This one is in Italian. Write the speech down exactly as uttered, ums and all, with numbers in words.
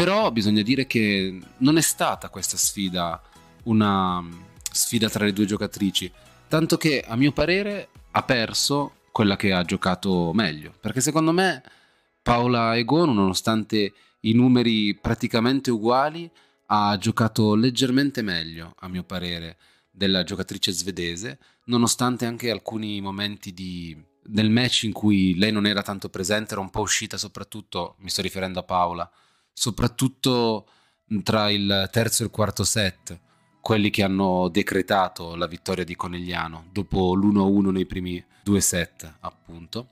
Però bisogna dire che non è stata questa sfida una sfida tra le due giocatrici, tanto che a mio parere ha perso quella che ha giocato meglio, perché secondo me Paola Egonu, nonostante i numeri praticamente uguali, ha giocato leggermente meglio a mio parere della giocatrice svedese, nonostante anche alcuni momenti di, del match in cui lei non era tanto presente, era un po' uscita, soprattutto mi sto riferendo a Paola, soprattutto tra il terzo e il quarto set, quelli che hanno decretato la vittoria di Conegliano dopo l'uno a uno nei primi due set, appunto.